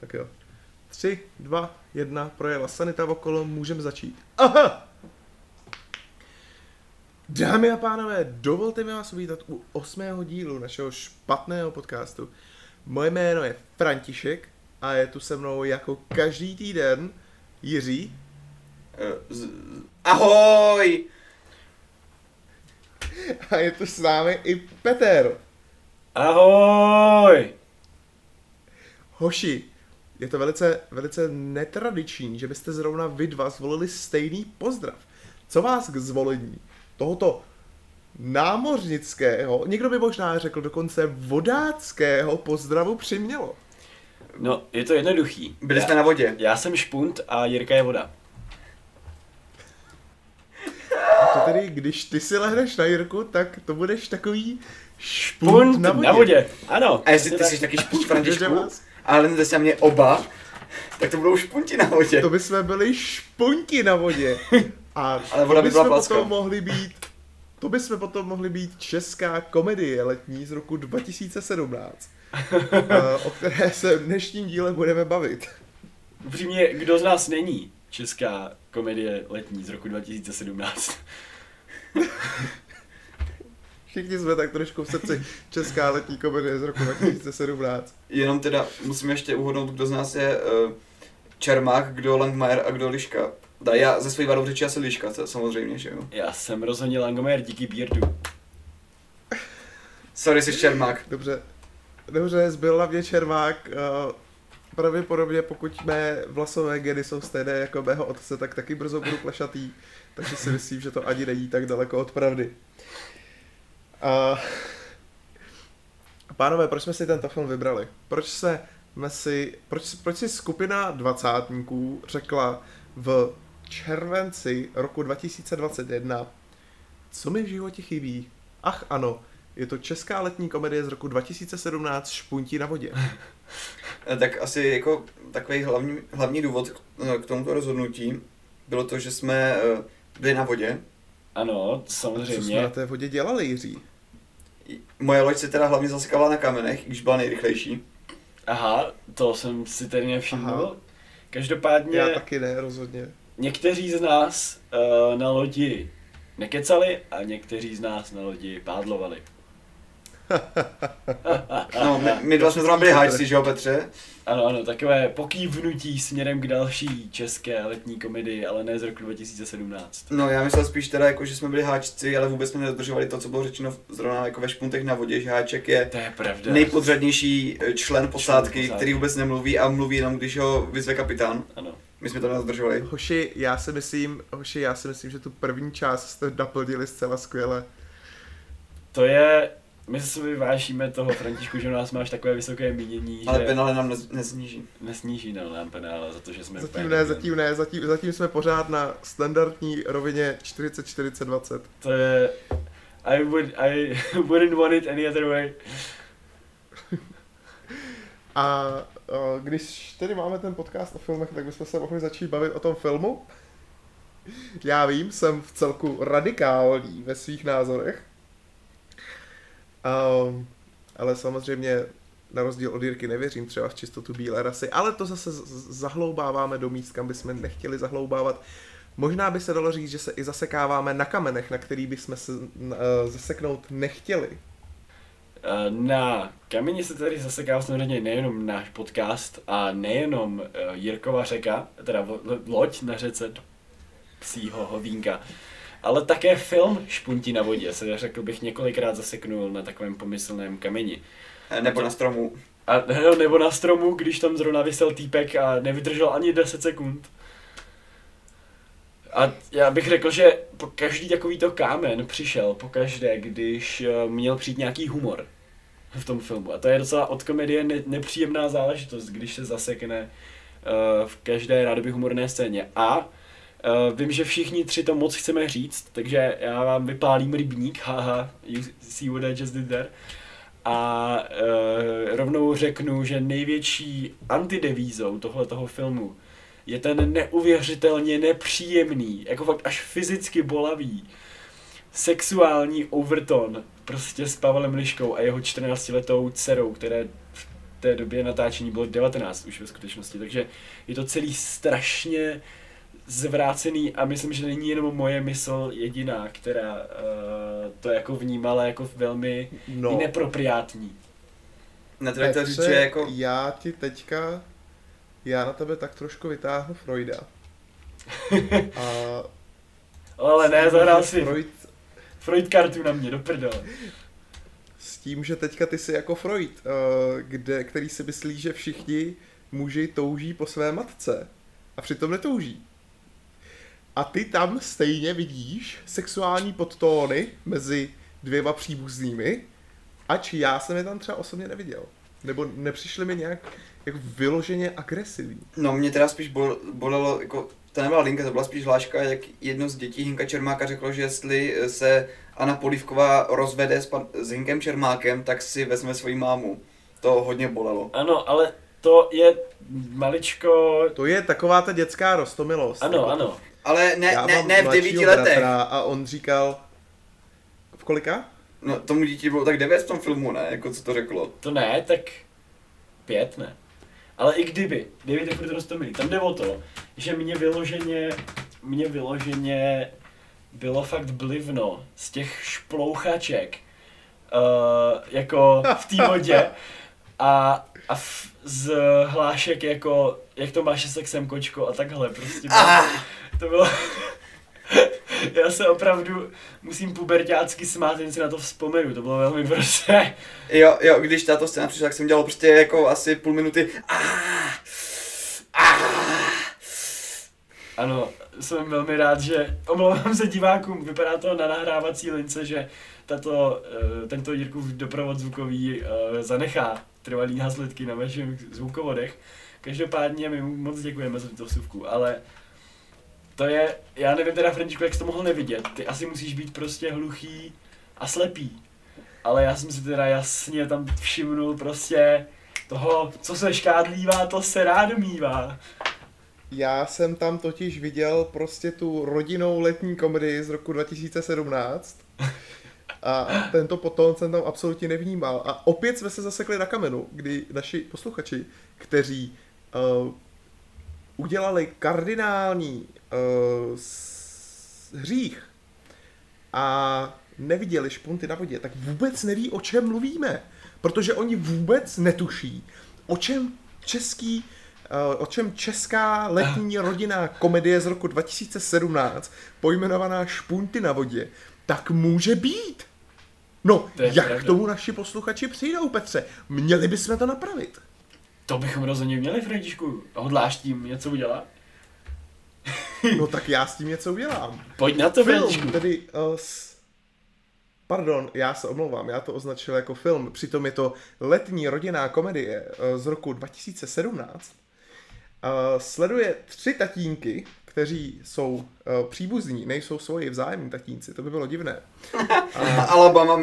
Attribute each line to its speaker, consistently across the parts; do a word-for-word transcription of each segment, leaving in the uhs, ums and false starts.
Speaker 1: Tak jo. Tři, dva, jedna, projela sanita okolo, můžeme začít. Aha! Dámy a pánové, dovolte mi vás uvítat u osmého dílu našeho špatného podcastu. Moje jméno je František a je tu se mnou jako každý týden Jiří.
Speaker 2: Ahoj!
Speaker 1: A je tu s námi i Petr.
Speaker 2: Ahoj!
Speaker 1: Hoši, je to velice, velice netradiční, že byste zrovna vy dva zvolili stejný pozdrav. Co vás k zvolení tohoto námořnického, někdo by možná řekl dokonce vodáckého pozdravu přimělo?
Speaker 3: No, je to jednoduchý.
Speaker 2: Byli
Speaker 3: já,
Speaker 2: jsme na vodě.
Speaker 3: Já jsem špunt a Jirka je voda.
Speaker 1: A to tedy, když ty si lehneš na Jirku, tak to budeš takový špunt,
Speaker 3: Špunt
Speaker 1: na vodě.
Speaker 3: na vodě, ano.
Speaker 2: A jestli ty
Speaker 3: tak.
Speaker 2: jsi taky špunt,
Speaker 1: Že
Speaker 2: Františku,
Speaker 1: vás?
Speaker 2: ale jdete se na mě oba, tak to budou špunti na vodě.
Speaker 1: To bychom byli špunti na vodě. A
Speaker 2: Ale voda
Speaker 1: to
Speaker 2: by byla
Speaker 1: bychom
Speaker 2: placka.
Speaker 1: potom mohli být, to bychom potom mohli být česká komedie letní z roku dva tisíce sedmnáct, o které se v dnešním díle budeme bavit.
Speaker 3: Upřímně, kdo z nás není česká komedie letní z roku dva tisíce sedmnáct?
Speaker 1: Všichni jsme tak trošku v srdci česká letní komedie z roku dva tisíce sedmnáct.
Speaker 2: Jenom teda musím ještě uhodnout, kdo z nás je uh, Čermák, kdo Langmajer a kdo Liška. Da, já ze svojí vadou řeči asi Liška, to samozřejmě, že jo.
Speaker 3: Já jsem rozhodně Langomér díky Beardu.
Speaker 2: Sorry, jsi Čermák.
Speaker 1: Dobře, dobře, zbyl na mě Čermák. Uh, pravděpodobně, pokud mé vlasové geny jsou stejné jako mého otce, tak taky brzo budu plešatý. Takže si myslím, že to ani není tak daleko od pravdy. Uh, pánové, proč jsme si tento film vybrali? Proč se si, proč, proč si skupina dvacátníků řekla v červenci roku dva tisíce dvacet jedna, co mi v životě chybí? Ach ano, je to česká letní komedie z roku dva tisíce sedmnáct Špunti na vodě.
Speaker 2: Tak asi jako takový hlavní, hlavní důvod k, k tomuto rozhodnutí bylo to, že jsme uh, byli na vodě.
Speaker 3: Ano,
Speaker 1: Co jsme na
Speaker 3: samozřejmě.
Speaker 1: té vodě dělali, Jiří?
Speaker 2: Moje loď se teda hlavně zasekávala na kamenech, když byla nejrychlejší.
Speaker 3: Aha, to jsem si tedy nevšiml.
Speaker 1: Aha.
Speaker 3: Každopádně
Speaker 1: Já taky ne, rozhodně.
Speaker 3: někteří z nás uh, na lodi nekecali a někteří z nás na lodi pádlovali.
Speaker 2: No, my, my dva jsme zrovna byli háčci, že jo, Petře?
Speaker 3: Ano, ano, takové pokývnutí směrem k další české letní komedii, ale ne z roku dva tisíce sedmnáct.
Speaker 2: No, já myslel spíš teda jako, že jsme byli háčci, ale vůbec jsme nedodržovali to, co bylo řečeno zrovna jako ve Špuntech na vodě, že háček je
Speaker 3: To je pravda.
Speaker 2: nejpodřadnější člen posádky,
Speaker 3: posádky.
Speaker 2: který vůbec nemluví a mluví jenom, když ho vyzve kapitán.
Speaker 3: Ano.
Speaker 2: My jsme to nedodržovali.
Speaker 1: Hoši, já si myslím, hoši, já si myslím, že tu první část jste naplnili zcela skvěle.
Speaker 3: To je, my se sobě vážíme toho, Františku, že u nás máš takové vysoké mínění,
Speaker 2: Ale
Speaker 3: že
Speaker 2: penále nám nez, nezníží.
Speaker 3: nesníží no, nám penále za to, že jsme
Speaker 1: Zatím
Speaker 3: úplně
Speaker 1: ne,
Speaker 3: nedělní.
Speaker 1: zatím ne, zatím, zatím jsme pořád na standardní rovině čtyřicet čtyřicet dvacet.
Speaker 3: To je, I, would, I wouldn't want it any other way.
Speaker 1: A o, když tedy máme ten podcast o filmech, tak bychom se mohli začít bavit o tom filmu. Já vím, jsem v celku radikální ve svých názorech. Um, ale samozřejmě na rozdíl od Jirky nevěřím třeba v čistotu bílé rasy, ale to zase z- zahloubáváme do míst, kam bychom nechtěli zahloubávat. Možná by se dalo říct, že se i zasekáváme na kamenech, na který bychom se uh, zaseknout nechtěli.
Speaker 3: Eh, Na kameni se tady zaseká samozřejmě nejenom náš podcast a nejenom eh, Jirkova řeka, teda vo- lo- loď na řece psího hovínka, ale také film Špunti na vodě se, řekl bych, několikrát zaseknul na takovém pomyslném kameni.
Speaker 2: Eh, Nebo na stromu.
Speaker 3: A no, nebo na stromu, když tam zrovna visel týpek a nevydržel ani deset sekund. A já bych řekl, že po každý takovýto kámen přišel pokaždé, když eh, měl přijít nějaký humor v tom filmu. A to je docela od komedie ne- nepříjemná záležitost, když se zasekne uh, v každé rádoby humorné scéně. A uh, vím, že všichni tři to moc chceme říct, takže já vám vypálím rybník, haha, you see what I just did there. A uh, rovnou řeknu, že největší antidevízou tohletoho filmu je ten neuvěřitelně nepříjemný, jako fakt až fyzicky bolavý, sexuální overton prostě s Pavlem Liškou a jeho čtrnáctiletou dcerou, které v té době natáčení bylo devatenáct už ve skutečnosti, takže je to celý strašně zvrácený a myslím, že není jenom moje mysl jediná, která uh, to jako vnímala jako velmi
Speaker 1: No.
Speaker 3: inepropriátní.
Speaker 2: Na to to říct,
Speaker 1: Petře,
Speaker 2: že jako...
Speaker 1: já ti teďka, já na tebe tak trošku vytáhnu Freuda. A
Speaker 3: Ale ne, zahrál si
Speaker 1: Freud,
Speaker 3: Freud kartu na mě, do prdele.
Speaker 1: s tím, že teďka ty jsi jako Freud, eh, kde, který si myslí, že všichni muži touží po své matce a přitom netouží. A ty tam stejně vidíš sexuální podtóny mezi dvěma příbuznými, ač já jsem je tam třeba osobně neviděl. Nebo nepřišly mi nějak jako vyloženě agresivní.
Speaker 2: No mě teda spíš bol, bolelo, jako to nebyla linka, to byla spíš hláška, jak jedno z dětí Hinka Čermáka řeklo, že jestli se Anna Polívková rozvede s, pan, s Hinkem Čermákem, tak si vezme svoji mámu. To hodně bolelo.
Speaker 3: Ano, ale to je maličko...
Speaker 1: To je taková ta dětská roztomilost.
Speaker 3: Ano, ano.
Speaker 2: Ale ne,
Speaker 1: Já
Speaker 2: ne,
Speaker 1: mám
Speaker 2: ne v
Speaker 1: mladšího
Speaker 2: devíti letech.
Speaker 1: bratra a on říkal... V kolika?
Speaker 2: No tomu dítí bylo tak devět v tom filmu, ne? Jako co to řeklo.
Speaker 3: To ne, tak pět ne. Ale i kdyby, devět je furt roztomilý. Tam jde o to, že mě vyloženě, mě vyloženě bylo fakt blivno z těch šplouchaček, uh, jako v té vodě a, a v, z hlášek jako, jak to máš se sexem, kočko a takhle prostě.
Speaker 2: Ah!
Speaker 3: To bylo... Já se opravdu musím puberťácky smát, jen si na to vzpomenu, to bylo velmi prostě.
Speaker 2: Jo, jo, když tato scéna přišla, tak jsem dělal prostě jako asi půl minuty. Ah! Ah!
Speaker 3: Ano, jsem velmi rád, že, omlouvám se divákům, vypadá to na nahrávací lince, že tato, eh, tento Jirkův doprovod zvukový eh, zanechá trvalý následky na vašich zvukovodech. Každopádně my mu moc děkujeme za tuto vsuvku, ale to je, já nevím teda Františku, jak jsi to mohl nevidět, ty asi musíš být prostě hluchý a slepý. Ale já jsem si teda jasně tam všimnul prostě toho, co se škádlívá, to se rádo mívá.
Speaker 1: Já jsem tam totiž viděl prostě tu rodinnou letní komedii z roku dva tisíce sedmnáct a tento potón jsem tam absolutně nevnímal. A opět jsme se zasekli na kamenu, kdy naši posluchači, kteří uh, udělali kardinální uh, hřích a neviděli špunty na vodě, tak vůbec neví, o čem mluvíme. Protože oni vůbec netuší, o čem český, uh, o čem česká letní rodinná komedie z roku dva tisíce sedmnáct, pojmenovaná Špunty na vodě, tak může být. No, jak
Speaker 3: pravda.
Speaker 1: k tomu naši posluchači přijdou, Petře? Měli bychom to napravit.
Speaker 3: To bychom rozhodně měli, Františku. Hodláš tím něco udělat?
Speaker 1: No tak já s tím něco udělám.
Speaker 3: Pojď na to, Františku.
Speaker 1: Film, tedy uh, s... Pardon, já se omlouvám, já to označil jako film, přitom je to letní rodinná komedie uh, z roku dva tisíce sedmnáct. Uh, sleduje tři tatínky, kteří jsou uh, příbuzní, nejsou svoji vzájemní tatínci, to by bylo divné.
Speaker 2: A Alabama.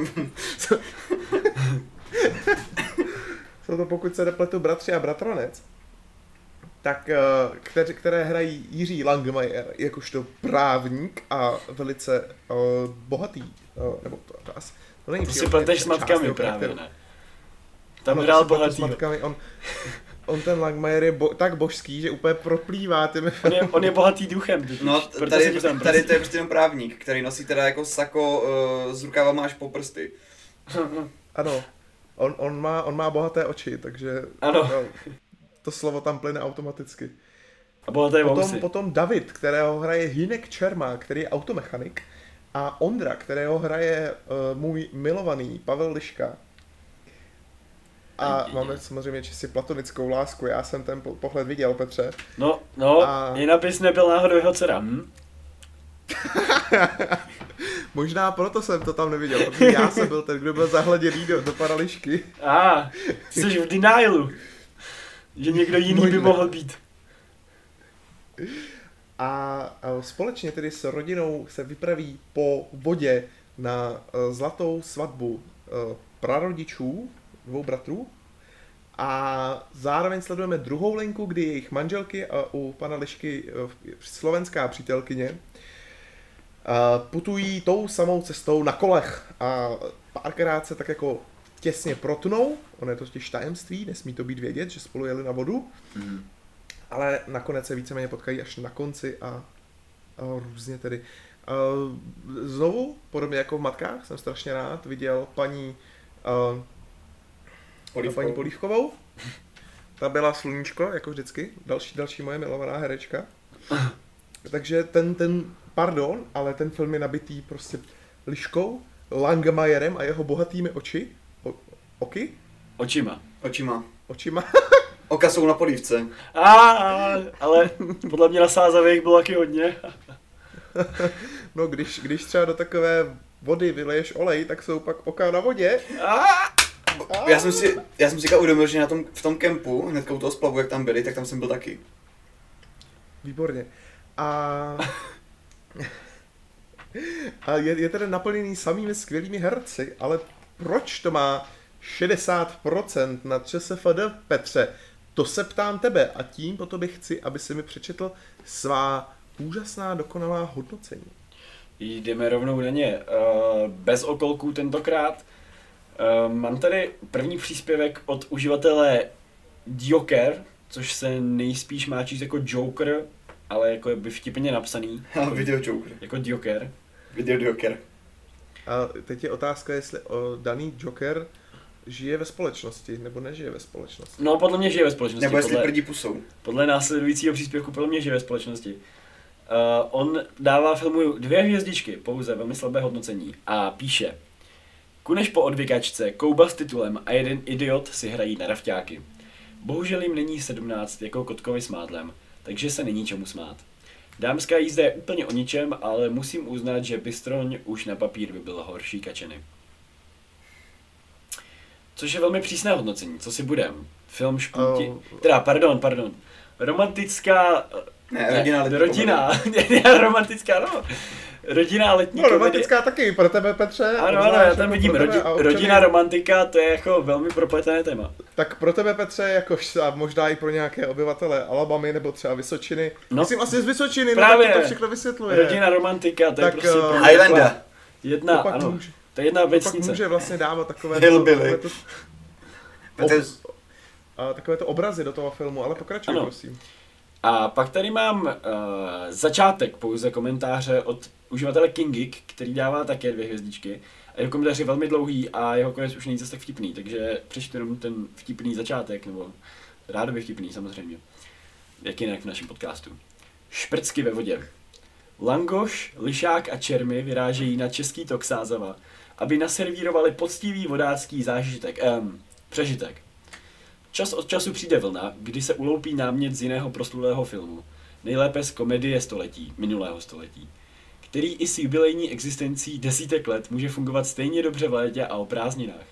Speaker 1: Jsou to, pokud se nepletu, bratři a bratranec, tak, uh, které, které hrají Jiří Langmajer jakožto právník a velice uh, bohatý, uh, nebo to, to, asi, to není
Speaker 3: To si
Speaker 1: přírodně
Speaker 3: pleteš s
Speaker 1: část
Speaker 3: matkami
Speaker 1: jeho
Speaker 3: právě,
Speaker 1: charakteru.
Speaker 3: ne? Tam
Speaker 1: Ano,
Speaker 3: hrál
Speaker 1: to si pletu s
Speaker 3: bohatý.
Speaker 1: matkami, on, on ten Langmajer je bo, tak božský, že úplně proplývá těmi
Speaker 3: On je, on je bohatý duchem, totiž.
Speaker 2: No,
Speaker 3: Proto se
Speaker 2: tady,
Speaker 3: tě tam
Speaker 2: tady to je prostě jenom právník, který nosí teda jako sako uh, s rukávama až po prsty.
Speaker 1: Ano, on, on, má, on má bohaté oči, takže
Speaker 3: Ano.
Speaker 1: no, to slovo tam plyne automaticky.
Speaker 3: A bohaté
Speaker 1: Potom,
Speaker 3: vousy.
Speaker 1: potom David, kterého hraje Hinek Čermák, který je automechanik, a Ondra, kterého hraje uh, můj milovaný Pavel Liška. A
Speaker 3: Aj, aj,
Speaker 1: máme
Speaker 3: aj.
Speaker 1: samozřejmě čistě platonickou lásku, já jsem ten po- pohled viděl, Petře.
Speaker 3: No, no,
Speaker 1: A-
Speaker 3: je napis nebyl náhodou jeho dcera, hm?
Speaker 1: Možná proto jsem to tam neviděl, protože já jsem byl ten, kdo byl zahleděný do, do pana Lišky.
Speaker 3: A, ah, jsi v denialu. Že někdo jiný by
Speaker 1: Možná.
Speaker 3: mohl být.
Speaker 1: A, a společně tedy s rodinou se vypraví po vodě na uh, zlatou svatbu uh, prarodičů, dvou bratrů. A zároveň sledujeme druhou linku, kdy jejich manželky a u pana Lišky uh, slovenská přítelkyně uh, putují tou samou cestou na kolech. A párkrát se tak jako těsně protnou, ono je to totiž tajemství, nesmí to být vědět, že spolu jeli na vodu,
Speaker 2: Mm.
Speaker 1: ale nakonec se víceméně potkají až na konci a, a různě tedy. A znovu, podobně jako v Matkách, jsem strašně rád viděl paní, a,
Speaker 2: Polívkovou.
Speaker 1: paní Polívkovou. Ta byla sluníčko, jako vždycky, další, další moje milovaná herečka. Takže ten, ten, pardon, ale ten film je nabitý prostě Liškou, Langmajerem a jeho bohatými oči, o, oky,
Speaker 3: Očima.
Speaker 2: Očima.
Speaker 1: očima.
Speaker 2: Oka jsou na polívce.
Speaker 3: A, ale podle mě na sázavých bylo taky hodně.
Speaker 1: No když, když třeba do takové vody vyleješ olej, tak jsou pak oka na vodě.
Speaker 3: A,
Speaker 2: Já jsem si, já jsem si říkal uvědomil, že na tom, v tom kempu, hnedka u toho splavu, jak tam byli, tak tam jsem byl taky.
Speaker 1: Výborně. A, a je, je tedy naplněný samými skvělými herci, ale proč to má šedesát procent na ČSFD, Petře? To se ptám tebe a tím po tobě chci, aby si mi přečetl svá úžasná, dokonalá hodnocení.
Speaker 3: jdeme rovnou na ně. Uh, bez okolků tentokrát. Uh, mám tady první příspěvek od uživatele Joker, což se nejspíš má číst jako Joker, ale jako by vtipně napsaný.
Speaker 2: Video Joker.
Speaker 3: Jako Joker.
Speaker 2: Video Joker.
Speaker 1: A teď je otázka, jestli o daný Joker žije ve společnosti, nebo nežije ve společnosti.
Speaker 3: No, podle mě žije ve společnosti.
Speaker 2: Nebo jestli
Speaker 3: podle,
Speaker 2: prdí pusou.
Speaker 3: podle následujícího příspěvku podle mě žije ve společnosti. Uh, on dává filmu dvě hvězdičky, pouze velmi slabé hodnocení, a píše: Kuneš po odvykačce, kouba s titulem a jeden idiot si hrají na rafťáky. Bohužel jim není sedmnáct jako Kotkovi s mádlem, takže se není čemu smát. Dámská jízda je úplně o ničem, ale musím uznat, že Bystroň už na papír by byl horší kačeny. Což je velmi přísné hodnocení, co si budem. Film špunti...
Speaker 1: Oh.
Speaker 3: Teda, pardon, pardon. Romantická...
Speaker 2: Ne, rodina letní
Speaker 3: Rodina. Ne, romantická, no. Rodina letní
Speaker 1: No,
Speaker 3: komedie.
Speaker 1: romantická taky, pro tebe, Petře.
Speaker 3: Ano, ano,
Speaker 1: obzvlášť
Speaker 3: já tam
Speaker 1: jako
Speaker 3: vidím
Speaker 1: pro tebe
Speaker 3: rodi,
Speaker 1: a občany.
Speaker 3: rodina romantika, to je jako velmi propletené téma.
Speaker 1: Tak pro tebe, Petře, jakož a možná i pro nějaké obyvatele Alabamy nebo třeba Vysočiny.
Speaker 3: No.
Speaker 1: Myslím asi z Vysočiny,
Speaker 3: Právě.
Speaker 1: no tak to všechno vysvětluje.
Speaker 3: Rodina romantika, to je
Speaker 1: Tak,
Speaker 3: prostě
Speaker 1: eh,
Speaker 3: pro mě
Speaker 2: Highlander.
Speaker 3: taková jedna,
Speaker 1: To pak
Speaker 3: ano,
Speaker 1: může-
Speaker 3: to je jedna
Speaker 1: To pak
Speaker 3: vesnice.
Speaker 1: může vlastně dávat takové
Speaker 2: Hillbilly.
Speaker 1: to,
Speaker 2: Petr,
Speaker 1: obz, a takové to obrazy do toho filmu, ale pokračuj,
Speaker 3: Ano.
Speaker 1: prosím.
Speaker 3: A pak tady mám uh, začátek pouze komentáře od uživatele Kingik, který dává také dvě hvězdičky. A jeho komentář je velmi dlouhý a jeho konec už není zase tak vtipný, takže přečtu jenom ten vtipný začátek, nebo rádoby vtipný samozřejmě. Jak jinak v našem podcastu. Šprcky ve vodě. Langoš, lišák a čermy vyrážejí na český tok Sázava, aby naservírovali poctivý vodácký zážitek, um, přežitek. Čas od času přijde vlna, kdy se uloupí námět z jiného proslulého filmu, nejlépe z komedie století, minulého století, který i s jubilejní existencí desítek let může fungovat stejně dobře v létě a o prázdninách.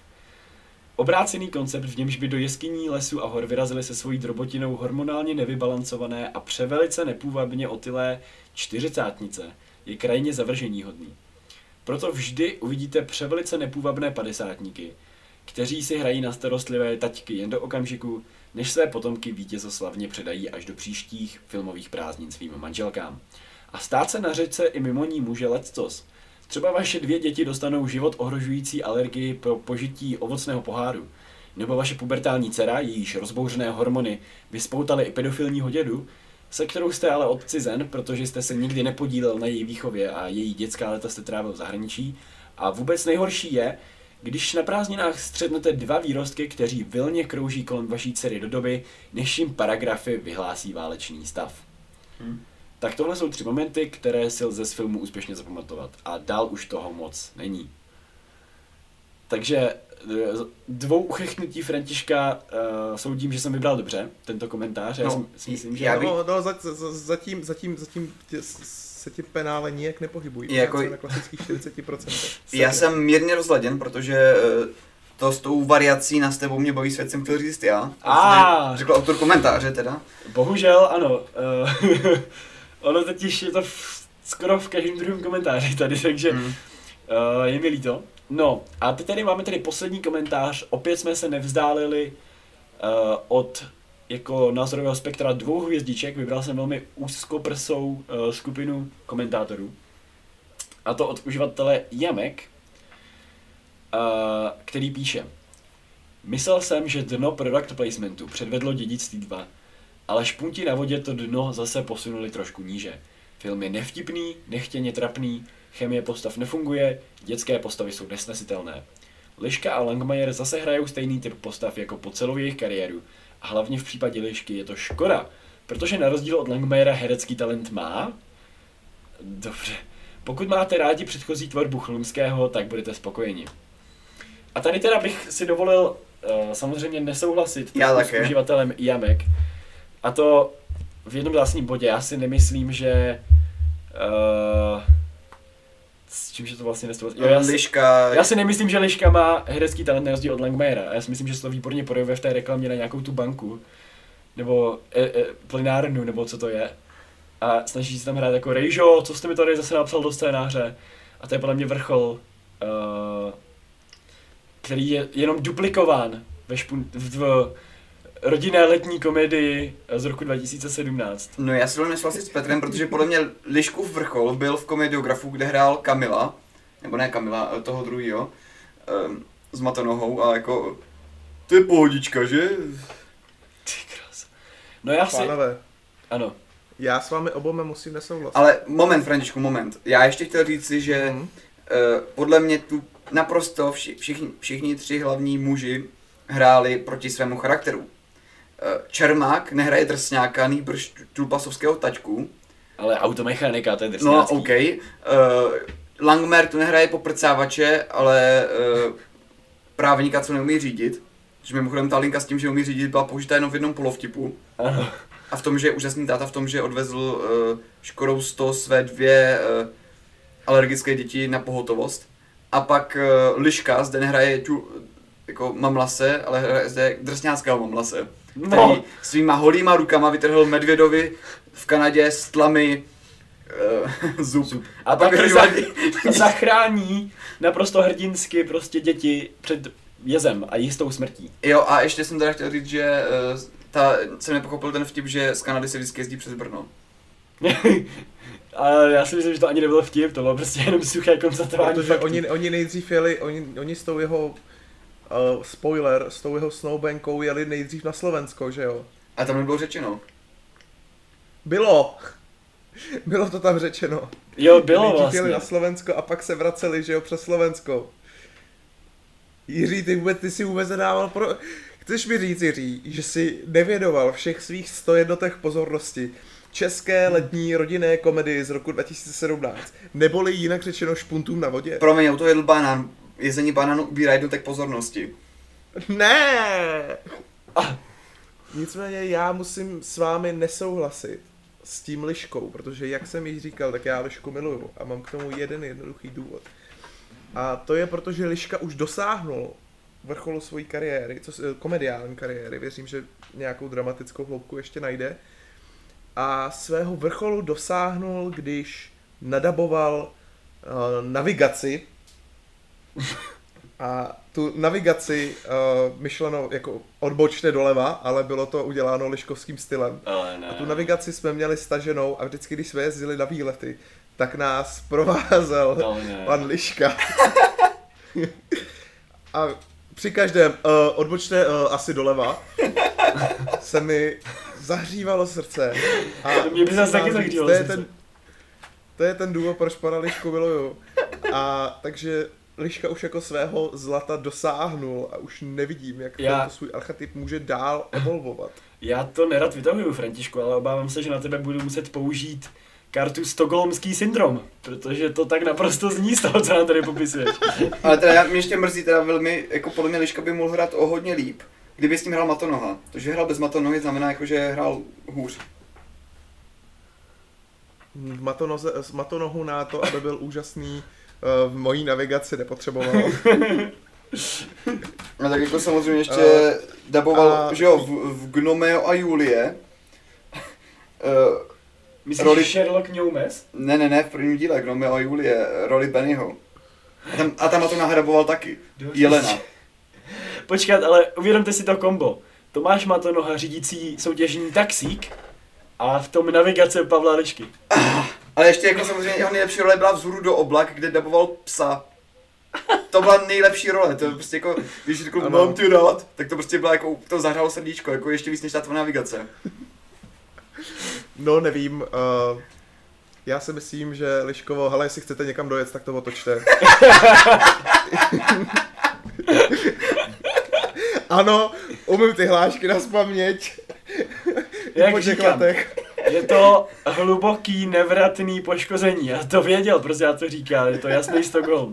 Speaker 3: Obrácený koncept, v němž by do jeskyní, lesu a hor vyrazily se svojí drobotinou hormonálně nevybalancované a převelice nepůvabně otylé čtyřicátnice, je krajně zavrženíhodný. Proto vždy uvidíte převelice nepůvabné padesátníky, kteří si hrají na starostlivé taťky jen do okamžiku, než své potomky vítězoslavně předají až do příštích filmových prázdnin svým manželkám. A stát se na řece i mimo ní může leccos. Třeba vaše dvě děti dostanou život ohrožující alergii pro požití ovocného poháru. Nebo vaše pubertální dcera, jejíž rozbouřené hormony vyspoutaly i pedofilního dědu, se kterou jste ale odcizen, protože jste se nikdy nepodílel na její výchově a její dětská léta jste trávil v zahraničí. A vůbec nejhorší je, když na prázdninách střetnete dva výrostky, kteří vilně krouží kolem vaší dcery do doby, než jim paragrafy vyhlásí válečný stav.
Speaker 2: Hmm.
Speaker 3: Tak tohle jsou tři momenty, které si lze z filmu úspěšně zapamatovat. A dál už toho moc není. Takže dvou uchechnutí Františka uh, soudím, že jsem vybral dobře tento komentář. Já
Speaker 2: No,
Speaker 3: si myslím, že...
Speaker 2: já bych-
Speaker 1: No, no, za- za- zatím, zatím, zatím tě, se ti penále nijak nepohybují.
Speaker 2: Jako-
Speaker 1: Jako... na klasických čtyřicet procent.
Speaker 2: já jsem mírně rozladěn, protože eh, to s tou variací na s tebou mě baví svět, jsem chtěl říct já.
Speaker 3: A.
Speaker 2: Řekl autor komentáře teda.
Speaker 3: Bohužel ano. Uh, ono totiž je to v, skoro v každém druhém komentáři tady, takže
Speaker 2: Hmm.
Speaker 3: uh, je mi líto. No a teď tady máme tady poslední komentář. Opět jsme se nevzdálili uh, od jako názorového spektra dvou hvězdiček. Vybral jsem velmi úzkoprsou uh, skupinu komentátorů. A to od uživatele Jamek, uh, který píše: Myslel jsem, že dno product placementu předvedlo Dědictví dva, ale špunti na vodě to dno zase posunuli trošku níže. Film je nevtipný, nechtěně trapný, chemie postav nefunguje, dětské postavy jsou nesnesitelné. Liška a Langmajer zase hrajou stejný typ postav jako po celou jejich kariéru a hlavně v případě Lišky je to škoda, protože na rozdíl od Langmajera herecký talent má. Dobře, pokud máte rádi předchozí tvorbu Chlumského, tak budete spokojeni. A tady teda bych si dovolil uh, samozřejmě nesouhlasit s uživatelem Jamek. A to v jednom vlastním bodě. Já si nemyslím, že... Uh, s čím, že to vlastně nesouhlasí? Já,
Speaker 2: Liška...
Speaker 3: já si nemyslím, že Liška má herecký talent na rozdíl od Langmajera. Já si myslím, že se to výborně projevuje v té reklamě na nějakou tu banku. Nebo e, e, plinárnu, nebo co to je. A snaží se tam hrát jako Rejžo, co jste mi tady zase napsal do scénáře. A to je podle mě vrchol, uh, který je jenom duplikován ve špun- v, v rodinné letní komedii z roku dva tisíce sedmnáct.
Speaker 2: No já si to nesouhlasit s Petrem, protože podle mě Liškův vrchol byl v Komediografu, kde hrál Kamila, nebo ne Kamila, toho druhýho, um, s Matonohou a jako, to je pohodička, že?
Speaker 3: Ty krása. No já si...
Speaker 1: Pánové,
Speaker 3: ano.
Speaker 1: já s vámi oboma musím nesouhlasit.
Speaker 2: Ale moment, Františku, moment. Já ještě chtěl říci, že mm. uh, podle mě tu naprosto vši, všichni, všichni tři hlavní muži hráli proti svému charakteru. Uh, Čermák nehraje drsňáka, nýbrž tulpasovského taťku.
Speaker 3: Ale automechanika, to je drsňácký.
Speaker 2: No, OK. Uh, Langmer tu nehraje poprcávače, ale uh, právníka, co neumí řídit. Že mimochodem ta linka s tím, že umí řídit, byla použita jenom v jednom polovtipu.
Speaker 3: Ano.
Speaker 2: A v tom, že je úžasný táta v tom, že odvezl uh, Škodou sto své dvě uh, alergické děti na pohotovost. A pak uh, Liška zde nehraje tu jako mamlase, ale hraje zde drsňáckého mamlase.
Speaker 3: No.
Speaker 2: Který svýma holýma rukama vytrhl medvědovi v Kanadě s tlamy uh, zub. zub.
Speaker 3: A, a pak za- zachrání naprosto hrdinsky prostě děti před jezem a jistou smrtí.
Speaker 2: Jo, a ještě jsem teda chtěl říct, že uh, ta, jsem nepochopil ten vtip, že z Kanady se vždycky jezdí přes Brno.
Speaker 3: A já si myslím, že to ani nebylo vtip, to bylo prostě jenom suché konstatování.
Speaker 1: Protože oni, oni nejdřív jeli, oni, oni s tou jeho, uh, spoiler, s tou jeho snowbankou jeli nejdřív na Slovensko, že jo?
Speaker 2: A tam nebylo řečeno.
Speaker 1: Bylo! Bylo to tam řečeno.
Speaker 3: Jo, bylo
Speaker 1: nejdřív
Speaker 3: vlastně.
Speaker 1: jeli na Slovensko a pak se vraceli, že jo, přes Slovensko. Jiří, ty, vůbec, ty si vůbec nedával pro... Chceš mi říct, Jiří, že jsi nevěnoval všech svých sto jednotek pozornosti české letní rodinné komedii z roku dva tisíce sedmnáct, neboli jinak řečeno Špuntům na vodě?
Speaker 2: Promiň, auto jedl banán. Jezení banánu ubírá jednotek pozornosti.
Speaker 1: Ne! Ah. Nicméně já musím s vámi nesouhlasit s tím Liškou, protože jak jsem již říkal, tak já Lišku miluju a mám k tomu jeden jednoduchý důvod. A to je proto, že Liška už dosáhnul vrcholu své kariéry, co, komediální kariéry, věřím, že nějakou dramatickou hloubku ještě najde. A svého vrcholu dosáhnul, když nadaboval uh, navigaci. A tu navigaci uh, myšleno jako odbočte doleva, ale bylo to uděláno liškovským stylem. A tu navigaci jsme měli staženou a vždycky, když jsme jezdili na výlety, tak nás provázel
Speaker 3: no,
Speaker 1: pan Liška. A při každém uh, odbočte uh, asi doleva se mi zahřívalo srdce. A
Speaker 3: mě by zase taky zahřívalo
Speaker 1: to je
Speaker 3: srdce.
Speaker 1: ten, to je ten důvod, proč pana Lišku miluju. A takže Liška už jako svého zlata dosáhnul a už nevidím, jak
Speaker 3: Já...
Speaker 1: tento svůj archetyp může dál evolvovat.
Speaker 3: Já to nerad vytahuju, Františku, ale obávám se, že na tebe budu muset použít kartu Stockholmský syndrom, protože to tak naprosto zní z toho, co nám tady popisuješ.
Speaker 2: Ale teda já, mě ještě mrzí, teda velmi, jako podle mě Liška by mohl hrát o hodně líp, kdyby s tím hrál Matonoha. To, že hrál bez Matonohy, znamená jako, že hrál hůř.
Speaker 1: V Matonoze, s Matonohu na to, aby byl úžasný, v mojí navigaci nepotřeboval.
Speaker 2: A tak jako samozřejmě ještě uh, daboval, a... že jo, v, v Gnomeo a Julie. Uh,
Speaker 3: Myslíš
Speaker 2: roli...
Speaker 3: Sherlock Gnomes?
Speaker 2: Ne, ne, ne, v prvním díle Gnomeo a Julie, roli Bennyho. A tam, a tam to nahraboval taky. Jelena.
Speaker 3: Počkat, ale uvědomte si to kombo. Tomáš Matonoha řídící soutěžní taxík a v tom navigace Pavla Lišky.
Speaker 2: Ale ještě jako samozřejmě jeho nejlepší role byla Vzhůru do oblak, kde daboval psa. to byla nejlepší role, to prostě jako, když řekl, mám ty rád, tak to prostě bylo jako, to zahřálo srdíčko, jako ještě víc než ta tvá navigace.
Speaker 1: No nevím, uh, já si myslím, že Liškovo, hele, jestli chcete někam dojet, tak to otočte. Ano, umím ty hlášky na spaměť.
Speaker 3: Jak říkám, je to hluboký, nevratný poškození. Já to věděl, prostě já to říkal, je to jasný Stockholm.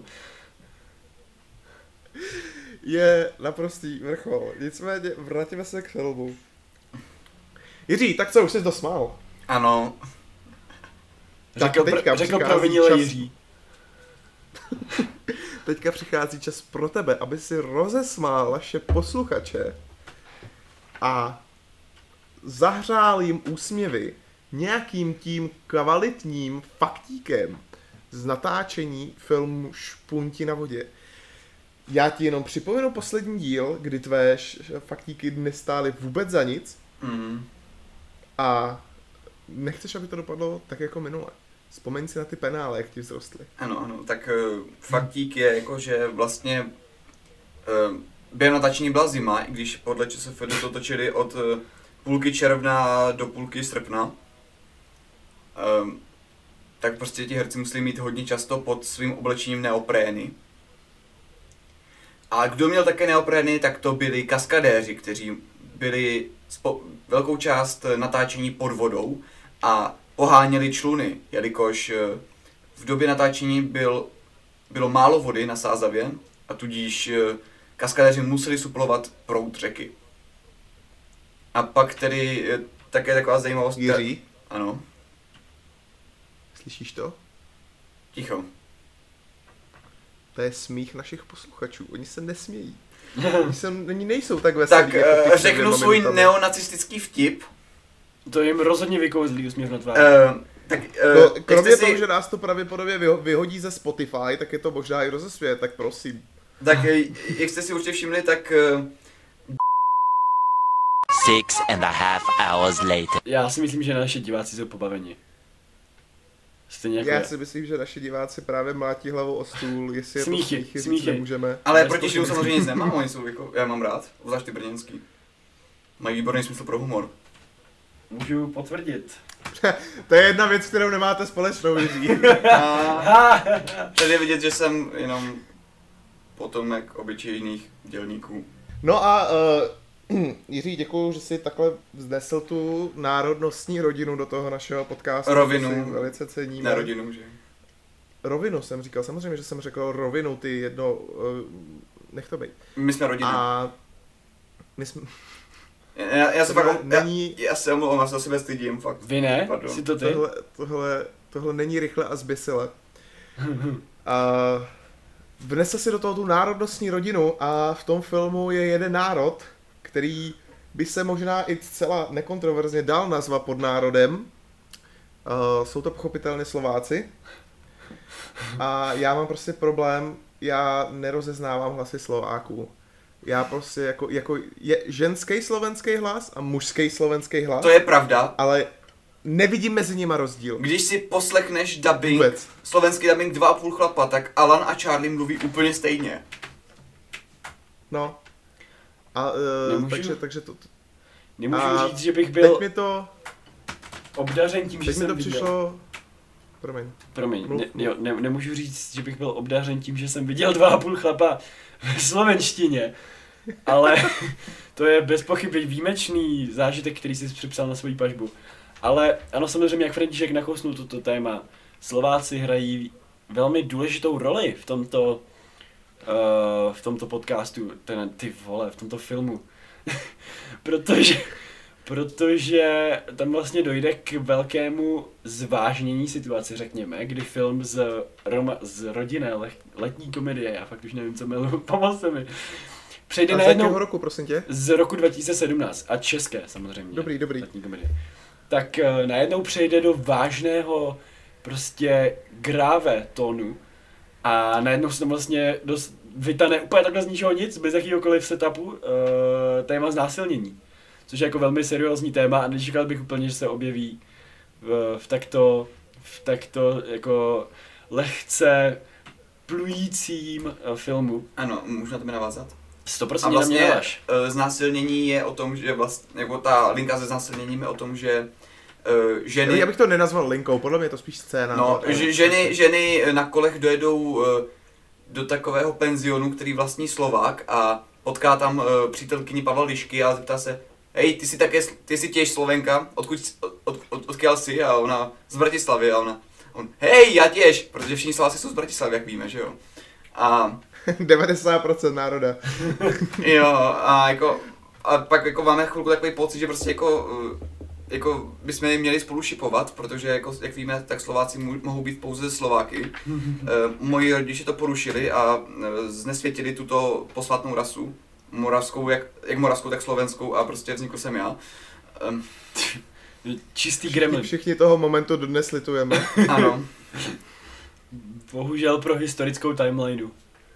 Speaker 1: Je naprostý vrchol. Nicméně, vrátíme se k filmu. Jiří, tak co, už jsi dosmál?
Speaker 2: Ano.
Speaker 3: Řekl,
Speaker 1: teďka
Speaker 3: pr- řekl provinile
Speaker 1: čas...
Speaker 3: Jiří.
Speaker 1: Teďka přichází čas pro tebe, aby si rozesmál naše posluchače a zahřál jim úsměvy nějakým tím kvalitním faktíkem z natáčení filmu Špunti na vodě. Já ti jenom připomenu poslední díl, kdy tvé faktíky nestály vůbec za nic
Speaker 2: Mm.
Speaker 1: a nechceš, aby to dopadlo tak jako minule. Vzpomeň si na ty penále, jak ti vzrostly.
Speaker 2: Ano, ano, tak uh, faktík je jako, že vlastně uh, během natáčení byla zima, i když podle ČSFD to točili od uh, půlky června do půlky srpna. Um, tak prostě ti herci museli mít hodně často pod svým oblečením neoprény. A kdo měl také neoprény, tak to byli kaskadéři, kteří byli spo- velkou část natáčení pod vodou a poháněli čluny, jelikož v době natáčení byl, bylo málo vody na Sázavě a tudíž kaskadéři museli suplovat proud řeky. A pak tedy také taková zajímavost...
Speaker 1: Jiří?
Speaker 2: Ano.
Speaker 1: Slyšíš to?
Speaker 2: Ticho.
Speaker 1: To je smích našich posluchačů. Oni se nesmějí. Oni, se, oni nejsou tak veselí.
Speaker 2: Tak
Speaker 1: jako
Speaker 2: uh, řeknu svůj minutami. Neonacistický vtip.
Speaker 3: To jim rozhodně vykouzlí úsměv na tváři.
Speaker 2: Uh, tak, uh,
Speaker 1: no, kromě
Speaker 2: si...
Speaker 1: toho, že nás to pravděpodobně vyhodí ze Spotify, tak je to možná i rozesvět, tak prosím.
Speaker 2: Tak jak jste si určitě všimli, tak... Uh...
Speaker 4: Six and a half hours later.
Speaker 3: Já si myslím, že naši diváci jsou pobaveni. Stejně jako
Speaker 1: Já
Speaker 3: je.
Speaker 1: si myslím, že naši diváci právě mlátí hlavou o stůl, jestli je
Speaker 3: Smíchy,
Speaker 1: to smíchy,
Speaker 3: smíchy.
Speaker 1: nemůžeme.
Speaker 2: Ale proti Žilu samozřejmě nic nemám, oni jsou jako, já mám rád, zvlášť ty brněnský. Mají výborný smysl pro humor.
Speaker 3: Můžu potvrdit.
Speaker 1: To je jedna věc, kterou nemáte společnou, Jiří.
Speaker 2: A tady je vidět, že jsem jenom potomek obyčejných dělníků.
Speaker 1: No a uh, Jiří, děkuju, že jsi takhle vznesl tu národnostní rodinu do toho našeho podcastu.
Speaker 2: Rovinu.
Speaker 1: Velice ceníme.
Speaker 2: Na rodinu, že?
Speaker 1: Rovinu jsem říkal, samozřejmě, že jsem řekl rovinu, ty jedno, uh, nech to být.
Speaker 2: My jsme rodina.
Speaker 1: A my jsme...
Speaker 2: Já, já se
Speaker 1: Tohle
Speaker 2: fakt,
Speaker 1: není...
Speaker 2: já, já se omlouvám, já se o sebe stydím, fakt.
Speaker 3: Vy ne?
Speaker 2: Pardon.
Speaker 3: Jsi to ty?
Speaker 1: Tohle, tohle, tohle není rychle a zběsile. A vnesl si do toho tu národnostní rodinu a v tom filmu je jeden národ, který by se možná i zcela nekontroverzně dal nazvat pod národem. Uh, jsou to pochopitelně Slováci. A já mám prostě problém, já nerozeznávám hlasy Slováků. Já prostě jako, jako je ženský slovenský hlas a mužský slovenský hlas.
Speaker 2: To je pravda.
Speaker 1: Ale nevidím mezi nima rozdíl.
Speaker 2: Když si poslechneš dubbing,
Speaker 1: Vůbec.
Speaker 2: slovenský dubbing dva a půl chlapa, tak Alan a Charlie mluví úplně stejně.
Speaker 1: No. A, uh,
Speaker 3: Nemůžu-
Speaker 1: takže, takže to, to
Speaker 3: Nemůžu
Speaker 1: A
Speaker 3: říct, že bych
Speaker 1: teď
Speaker 3: byl
Speaker 1: mi to,
Speaker 3: obdařen tím, že
Speaker 1: teď mi
Speaker 3: jsem
Speaker 1: to
Speaker 3: viděl.
Speaker 1: přišlo, promiň.
Speaker 3: Promiň,
Speaker 1: Mluv,
Speaker 3: ne,
Speaker 1: mluv.
Speaker 3: jo, ne, nemůžu říct, že bych byl obdařen tím, že jsem viděl dva a půl chlapa ve slovenštině, ale to je bez pochyby výjimečný zážitek, který jsi připsal na svoji pažbu. Ale ano, samozřejmě, jak František nakousnul toto téma, Slováci hrají velmi důležitou roli v tomto, uh, v tomto podcastu, ten, ty vole, v tomto filmu. protože, protože tam vlastně dojde k velkému zvážnění situace, řekněme, kdy film z, Roma, z rodinné le, letní komedie, já fakt už nevím, co miluji, pomozte mi, přejde
Speaker 1: A z
Speaker 3: najednou
Speaker 1: jakého roku, prosím tě?
Speaker 3: z roku dva tisíce sedmnáct a české samozřejmě.
Speaker 1: Dobrý, dobrý.
Speaker 3: Letní komedie. Tak uh, najednou přejde do vážného prostě gráve tónu a najednou se tam vlastně dost vytane úplně takhle z ničeho nic, bez jakýhokoliv setupu, uh, téma znásilnění. Což je jako velmi seriózní téma a nečekal bych úplně, že se objeví v, v takto, v takto jako lehce plujícím filmu.
Speaker 2: Ano, můžu na to navázat.
Speaker 3: sto procent
Speaker 2: A vlastně
Speaker 3: nedáš.
Speaker 2: uh, znásilnění je o tom, že vlastně, jako ta linka se znásilněním je o tom, že uh, ženy...
Speaker 1: Já bych to nenazval linkou, podle mě je to spíš scéna.
Speaker 2: No, že ženy, ženy na kolech dojedou uh, do takového penzionu, který vlastní Slovák a potká tam uh, přítelkyni Pavla Lišky a zeptá se: hej, ty jsi také, ty jsi těž Slovenka, odkud, od, od, od, odkiaľ jsi? A ona z Bratislavy a ona, on, hej, já těž, protože všichni Slováci jsou z Bratislavy, jak víme, že jo. A
Speaker 1: devadesát procent národa.
Speaker 2: jo, a jako, a pak jako máme chvilku takový pocit, že prostě jako, uh, jako bychom je měli spolu šipovat, protože jako, jak víme, tak Slováci mů, mohou být pouze Slováky. uh, moji rodiče to porušili a uh, znesvětili tuto posvátnou rasu, moravskou, jak, jak moravskou, tak slovenskou a prostě vznikl jsem já. Um,
Speaker 3: Čistý
Speaker 1: Všichni,
Speaker 3: gremlin.
Speaker 1: všichni toho momentu dodnes litujeme.
Speaker 2: ano.
Speaker 3: Bohužel pro historickou timelineu.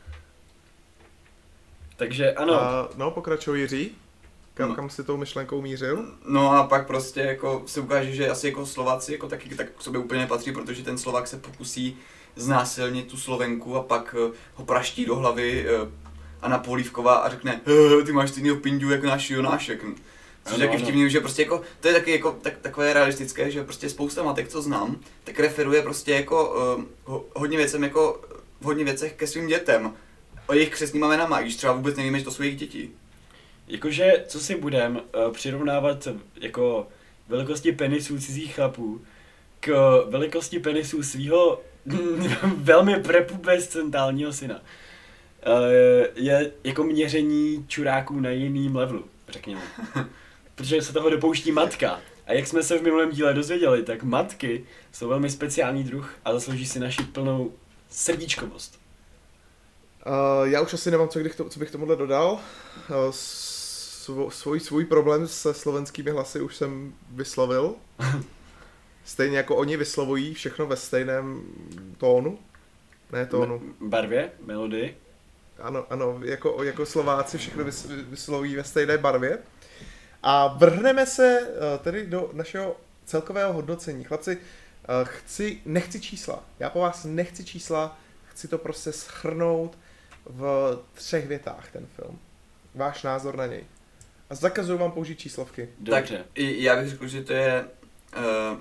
Speaker 3: Takže ano.
Speaker 1: A, no, pokračuj Jiří. Kam,
Speaker 2: No.
Speaker 1: kam si tou myšlenkou mířil?
Speaker 2: No a pak prostě jako se ukáže, že asi jako Slováci jako taky tak k sobě úplně nepatří, protože ten Slovák se pokusí znásilnit tu Slovenku a pak uh, ho praští do hlavy uh, Anna Polívková a řekne: ty máš stejnýho pindu jako náš Jonášek. Což je taky vtipný, že prostě jako, to je taky jako tak, takové realistické, že prostě spousta matek, co znám, tak referuje prostě jako uh, ho, hodně věcem jako v hodně věcech ke svým dětem. O jejich křestníma jménama, i když třeba vůbec nevíme, že to jsou jejich děti.
Speaker 3: Jakože, co si budem uh, přirovnávat jako velikosti penisů cizích chlapů k velikosti penisů svého velmi prepubescentálního syna. Uh, je jako měření čuráků na jiným levelu, řekněme. Protože se toho dopouští matka. A jak jsme se v minulém díle dozvěděli, tak matky jsou velmi speciální druh a zaslouží si naši plnou srdíčkovost.
Speaker 1: Uh, já už asi nemám, co, bych, to, co bych tomuhle dodal. Uh, svo, svůj, svůj problém se slovenskými hlasy už jsem vyslovil. Stejně jako oni vyslovují všechno ve stejném tónu. Ne tónu.
Speaker 3: Barvě, melodii.
Speaker 1: Ano, ano, jako, jako Slováci všechno vys, vyslovují ve stejné barvě. A vrhneme se uh, tedy do našeho celkového hodnocení. Chlapci, uh, chci, nechci čísla. Já po vás nechci čísla, chci to prostě shrnout v třech větách ten film. Váš názor na něj. A zakazuju vám použít číslovky.
Speaker 3: Dobře.
Speaker 2: Tak i já bych řekl, že to je uh,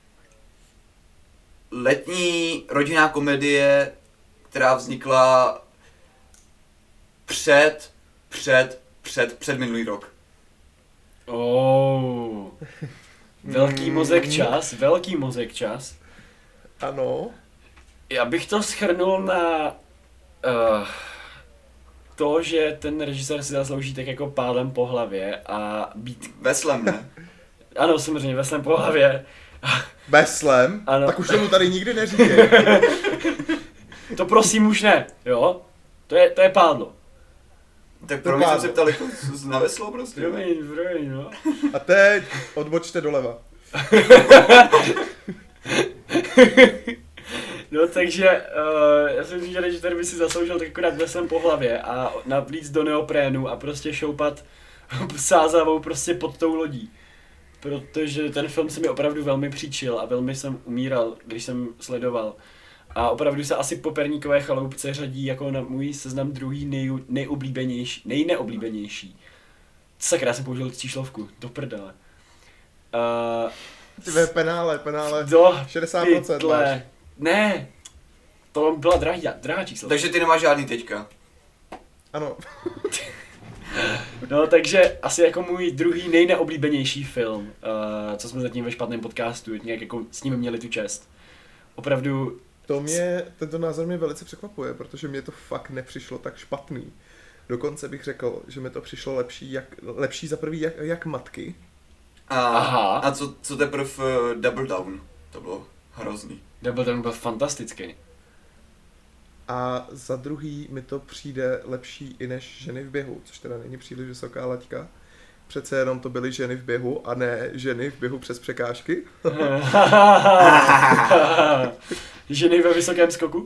Speaker 2: letní rodinná komedie, která vznikla před, před, před, před minulý rok.
Speaker 3: Oh. Velký mozek čas, velký mozek čas.
Speaker 1: Ano.
Speaker 3: Já bych to shrnul na uh, to, že ten režisér si zaslouží tak jako pádem po hlavě a být...
Speaker 2: Veslem, ne?
Speaker 3: Ano, samozřejmě, veslem po hlavě.
Speaker 1: Beslem?
Speaker 3: Ano.
Speaker 1: Tak už tomu tady nikdy neříkej.
Speaker 3: To prosím už ne, jo? To je, to je pádlo.
Speaker 2: Tak
Speaker 1: To
Speaker 2: pro mě jsem
Speaker 1: pádlo.
Speaker 2: se ptal jako na veslo prostě. ne?
Speaker 3: Promiň, promiň, no.
Speaker 1: A teď odbočte doleva.
Speaker 3: No takže, uh, já si myslím, že režisér by si zasloužil tak akorát veslem po hlavě a navlíc do neoprénu a prostě šoupat sázavou prostě pod tou lodí. Protože ten film se mi opravdu velmi příčil a velmi jsem umíral, když jsem sledoval. A opravdu se asi po Perníkové chaloupce řadí jako na můj seznam druhý nej, nejoblíbenější, nejneoblíbenější. Sakra, já jsem použil číslovku, do prdele. Uh,
Speaker 1: Ty ve penále, penále.
Speaker 3: do
Speaker 1: šedesát procent
Speaker 3: pytle.
Speaker 1: máš.
Speaker 3: Ne, to byla drahá, drahá číslo.
Speaker 2: Takže ty nemáš žádný teďka.
Speaker 1: Ano.
Speaker 3: No takže asi jako můj druhý nejneoblíbenější film, uh, co jsme zatím ve špatném podcastu, nějak jako s ním měli tu čest. Opravdu...
Speaker 1: To mě, tento názor mě velice překvapuje, protože mě to fakt nepřišlo tak špatný. Dokonce bych řekl, že mi to přišlo lepší, jak, lepší za prvý jak, jak matky.
Speaker 2: A,
Speaker 3: Aha.
Speaker 2: a co, co teprve uh, Double Down? To bylo hrozný.
Speaker 3: Double Down byl fantastický.
Speaker 1: A za druhý mi to přijde lepší i než Ženy v běhu, což teda není příliš vysoká laťka. Přece jenom to byly ženy v běhu a ne ženy v běhu přes překážky.
Speaker 3: Ženy ve vysokém skoku?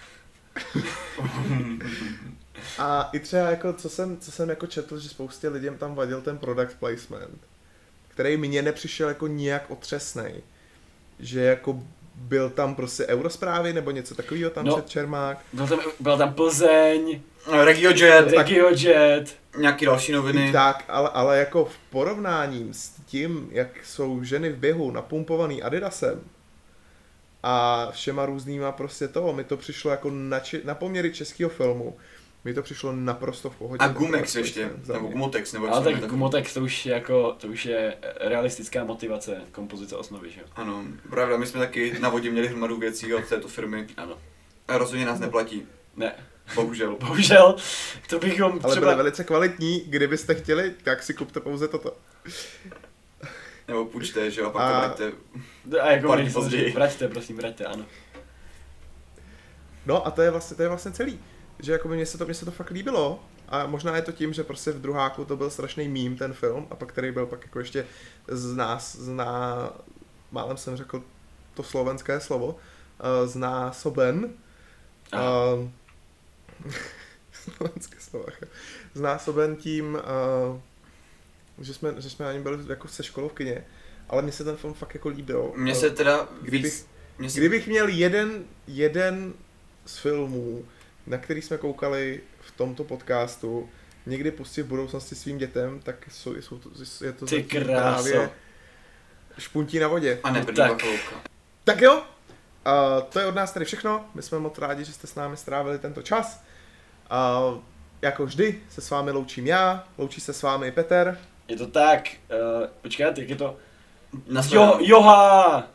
Speaker 1: A i třeba jako, co jsem, co jsem jako četl, že spoustě lidem tam vadil ten product placement, který mně nepřišel jako nijak otřesnej. Že jako byl tam prostě Eurozprávy nebo něco takového tam
Speaker 3: No.
Speaker 1: před Čermák.
Speaker 3: Byl tam, byl tam Plzeň,
Speaker 2: RegioJet,
Speaker 3: RegioJet.
Speaker 2: nějaký další noviny.
Speaker 1: Tak, ale, ale jako v porovnání s tím, jak jsou ženy v běhu napumpovaný Adidasem a všema různýma prostě toho, mi to přišlo jako na, či, na poměry českého filmu, mi to přišlo naprosto v pohodě.
Speaker 2: A Gumex ještě,
Speaker 1: Za
Speaker 2: nebo
Speaker 1: mě.
Speaker 2: Gumotex, nebo jak
Speaker 3: Ale
Speaker 2: se
Speaker 3: tak
Speaker 2: jmenuje.
Speaker 3: Gumotex to už je jako, to už je realistická motivace kompozice osnovy, že jo?
Speaker 2: Ano, pravda, my jsme taky na vodě měli hromadu věcí od této firmy.
Speaker 3: Ano.
Speaker 2: A rozhodně nás neplatí,
Speaker 3: Ne,
Speaker 2: bohužel.
Speaker 3: bohužel, to bychom
Speaker 1: Ale
Speaker 3: třeba...
Speaker 1: byly velice kvalitní, kdybyste chtěli, tak si kupte pouze toto.
Speaker 2: Nebo půjčte, že jo, a pak
Speaker 1: A-
Speaker 2: to vraťte.
Speaker 3: A jako
Speaker 2: pár
Speaker 3: my,
Speaker 2: dní
Speaker 3: samozřejmě,
Speaker 2: později.
Speaker 3: vraťte, prosím, vraťte, ano.
Speaker 1: No a to je vlastně, to je vlastně celý. Že jako mně se to, mně se to fakt líbilo. A možná je to tím, že prostě v druháku to byl strašný mím ten film, a pak který byl pak jako ještě z nás, zná, málem jsem řekl to slovenské slovo, uh, znásoben. Uh, slovenské slovo, znásoben tím, uh, že jsme, že jsme na něm byli jako se školou v kině, ale mně se ten film fakt jako líbil.
Speaker 2: Mně se teda
Speaker 1: Kdybych-
Speaker 2: víc... Mně se...
Speaker 1: Kdybych měl jeden, jeden z filmů, na který jsme koukali v tomto podcastu, někdy pustit v budoucnosti svým dětem, tak jsou, jsou to, je to
Speaker 3: Ty
Speaker 1: zatím
Speaker 3: kráso.
Speaker 1: právě Špuntí na vodě.
Speaker 2: A ne první
Speaker 3: Tak.
Speaker 2: bachalovka.
Speaker 1: Tak jo, uh, to je od nás tady všechno. My jsme moc rádi, že jste s námi strávili tento čas. Uh, jako vždy se s vámi loučím já, loučí se s vámi i Petr.
Speaker 3: Je to tak, uh, počkat, jak je to? Jo,
Speaker 2: Nashledanou.
Speaker 3: Joha!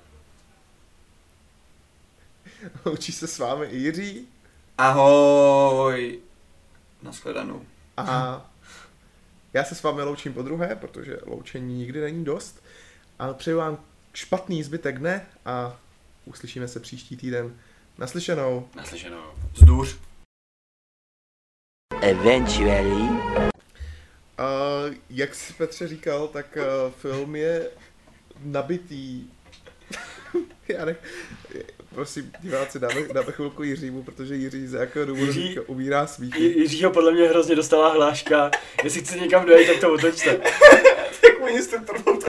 Speaker 1: Loučí se s vámi i Jiří.
Speaker 2: Ahoj. Nashledanou.
Speaker 1: A já se s vámi loučím po druhé, protože loučení nikdy není dost. A přeju vám špatný zbytek dne a uslyšíme se příští týden. Naslyšenou.
Speaker 3: Naslyšenou.
Speaker 2: Vzduš.
Speaker 4: Eventually.
Speaker 1: Uh, jak jsi Petře říkal, tak uh, film je nabitý. Já ne... Prosím, diváci, dáme, dáme chvilku Jiřímu, protože Jiří z jakého důvodu
Speaker 3: Jiří-
Speaker 1: Jiří... umírá smíchy.
Speaker 3: Jiřího podle mě hrozně dostala hláška, jestli chce někam dojít, tak to otočte.
Speaker 2: Tak oni jste trvou